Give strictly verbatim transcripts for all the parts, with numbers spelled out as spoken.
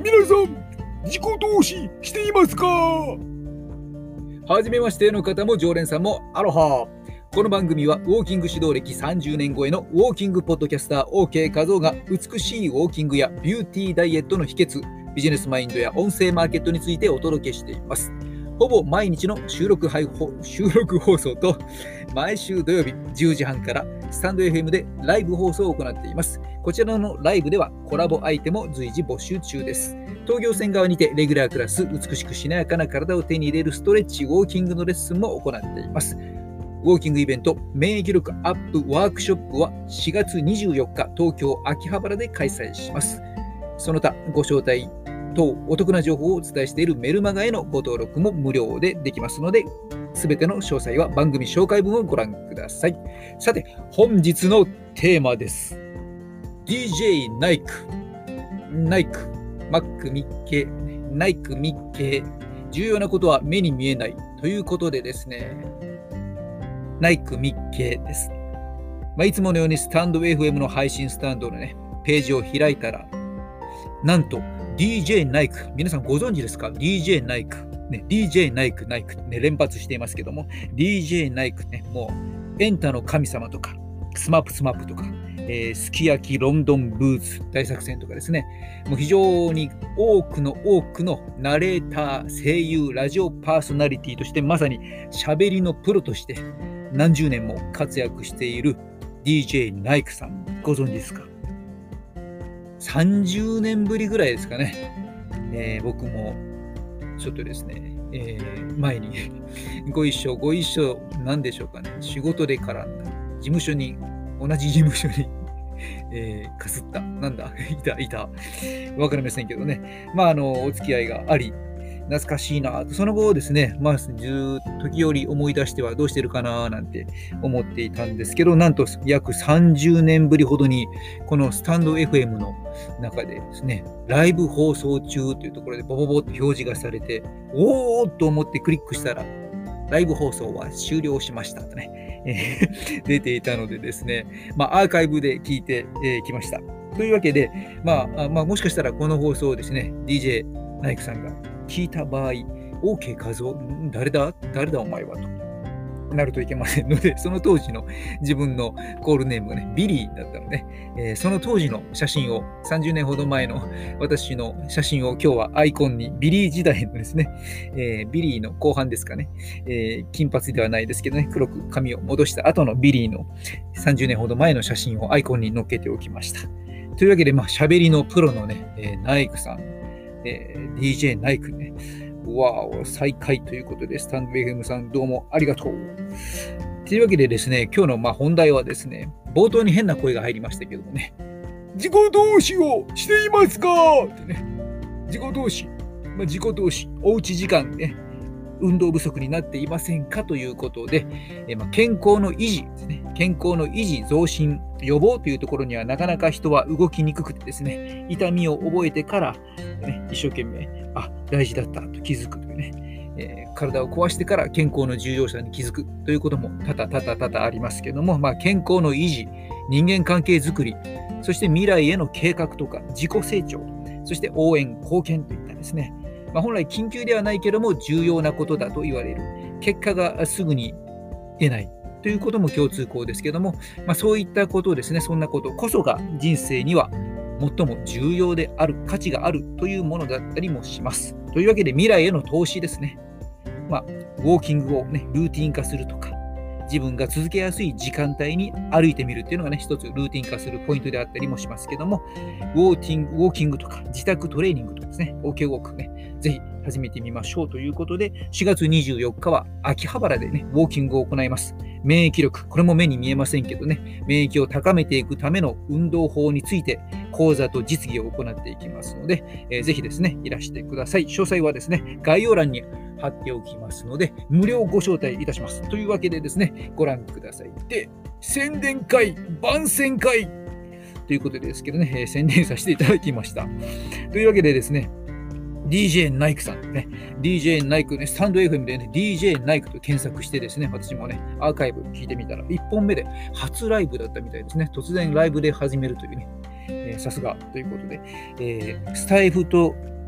皆さん、自己投資していますか？ はじめましての方も常連さんもアロハ。この番組はウォーキング指導歴さんじゅうねん超えのウォーキングポッドキャスター OK 和夫が美しいウォーキングやビューティーダイエットの秘訣、ビジネスマインドや音声マーケットについてお届けしています。ほぼ毎日の収録配放収録放送と毎週土曜日じゅうじはんからスタンド エフエム でライブ放送を行っています。こちらのライブではコラボ相手も随時募集中です。東京線側にてレギュラークラス美しくしなやかな体を手に入れるストレッチウォーキングのレッスンも行っています。ウォーキングイベント免疫力アップワークショップはしがつにじゅうよっか東京秋葉原で開催します。その他ご招待等お得な情報をお伝えしているメルマガへのご登録も無料でできますので、すべての詳細は番組紹介文をご覧ください。さて、本日のテーマです。ディージェー ナイク、ナイク、マック、ミッケ、ナイク、ミッケ、重要なことは目に見えないということでですね、ナイク、ミッケです。まあ、いつものようにスタンド エフエム の配信スタンドのね、ページを開いたら、なんと ディージェー ナイク、皆さんご存知ですか？ ディージェー ナイク、ね、ディージェー ナイク、ナイク、ね、連発していますけども、ディージェー ナイクね、もうエンタの神様とか、スマップスマップとか、えー、すき焼きロンドンブーツ大作戦とかですね、もう非常に多くの多くのナレーター、声優、ラジオパーソナリティとしてまさに喋りのプロとして何十年も活躍している ディージェー ナイクさん、ご存知ですか？さんじゅうねんぶりぐらいですかね、えー、僕もちょっとですね、えー、前にご一緒ご一緒なんでしょうかね、仕事で絡んだ事務所に同じ事務所に、えー、かすったなんだいたいたわかりませんけどね、まああのお付き合いがあり懐かしいなと、その後ですね、まあずっと時折思い出してはどうしてるかななんて思っていたんですけど、なんと約さんじゅうねんぶりほどにこのスタンド エフエム の中でですね、ライブ放送中というところでボボボって表示がされて、おーっと思ってクリックしたら、ライブ放送は終了しましたとね、えー、出ていたのでですね、まあアーカイブで聞いてき、えー、ました。というわけで、まあ、まあ、もしかしたらこの放送をですね、ディージェー ナイクさんが聞いた場合、OK 和夫、誰だ誰だお前はとなるといけませんので、その当時の自分のコールネームがね、ビリーだったので、えー、その当時の写真を、さんじゅうねんほど前の私の写真を今日はアイコンに、ビリー時代のですね、えー、ビリーの後半ですかね、えー、金髪ではないですけどね、黒く髪を戻した後のビリーのさんじゅうねんほど前の写真をアイコンに載っけておきました。というわけで、まあ、喋りのプロのね、えー、ナイクさん、えー、ディージェー ナイクね、わー、再開ということで、スタンド エフエム さんどうもありがとう。というわけでですね、今日のまあ本題はですね、冒頭に変な声が入りましたけどもね、 自己投資をしていますかってね、 自己投資、まあ、自己投資、おうち時間ね、運動不足になっていませんかということで、えまあ、健康の維持ですね、健康の維持、増進、予防というところにはなかなか人は動きにくくてですね、痛みを覚えてから、ね、一生懸命、あ、大事だったと気づくというね、えー、体を壊してから健康の重要さに気づくということも多々多々多々ありますけども、まあ、健康の維持、人間関係づくり、そして未来への計画とか自己成長、そして応援、貢献といったですね、まあ、本来緊急ではないけども重要なことだと言われる、結果がすぐに出ないということも共通項ですけども、まあ、そういったことをですね、そんなことこそが人生には最も重要である、価値があるというものだったりもします。というわけで未来への投資ですね。まあ、ウォーキングをね、ルーティン化するとか、自分が続けやすい時間帯に歩いてみるっていうのがね、一つルーティン化するポイントであったりもしますけども、ウォーティング、ウォーキングとか自宅トレーニングとかですね、OK ウォークね、ぜひ始めてみましょうということで、しがつにじゅうよっかは秋葉原でね、ウォーキングを行います。免疫力、これも目に見えませんけどね、免疫を高めていくための運動法について講座と実技を行っていきますので、えー、ぜひですね、いらしてください。詳細はですね、概要欄に貼っておきますので、無料ご招待いたします。というわけでですね、ご覧ください。で、宣伝会、番宣会ということですけどね、えー、宣伝させていただきました。というわけでですね、ディージェー ナイクさんね、ディージェー ナイクね、スタンド エフエム でね、ディージェー ナイクと検索してですね、私もね、アーカイブ聞いてみたら、いっぽんめで初ライブだったみたいですね。突然ライブで始めるというね、さすがということで、えー、スタイフと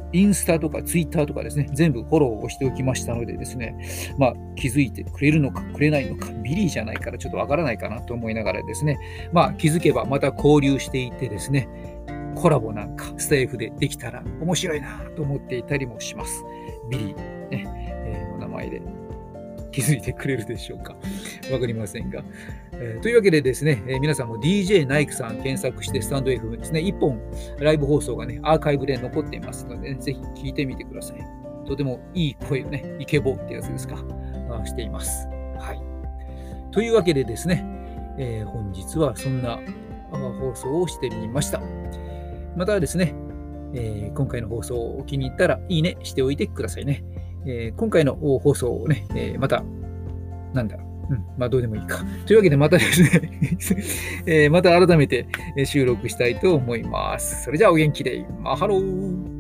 インスタとかツイッターとかですね、全部フォローをしておきましたのでですね、まあ、気づいてくれるのかくれないのか、ビリーじゃないからちょっとわからないかなと思いながらですね、まあ、気づけばまた交流していてですね、コラボなんかスタイフでできたら面白いなと思っていたりもします。ビリー、ねえー、の名前で気づいてくれるでしょうか。わかりませんが。えー、というわけでですね、えー、皆さんも ディージェー ナイクさん検索してスタンド エフエム ですね、いっぽんライブ放送がね、アーカイブで残っていますので、ね、ぜひ聞いてみてください。とてもいい声をね、イケボってやつですか、あしています。はい。というわけでですね、えー、本日はそんな放送をしてみました。またですね、えー、今回の放送をお気に入ったらいいねしておいてくださいね。えー、今回の放送をね、えー、また、なんだ、うん、まあどうでもいいか。というわけでまたですね、えー、また改めて収録したいと思います。それじゃあお元気で、マハロー。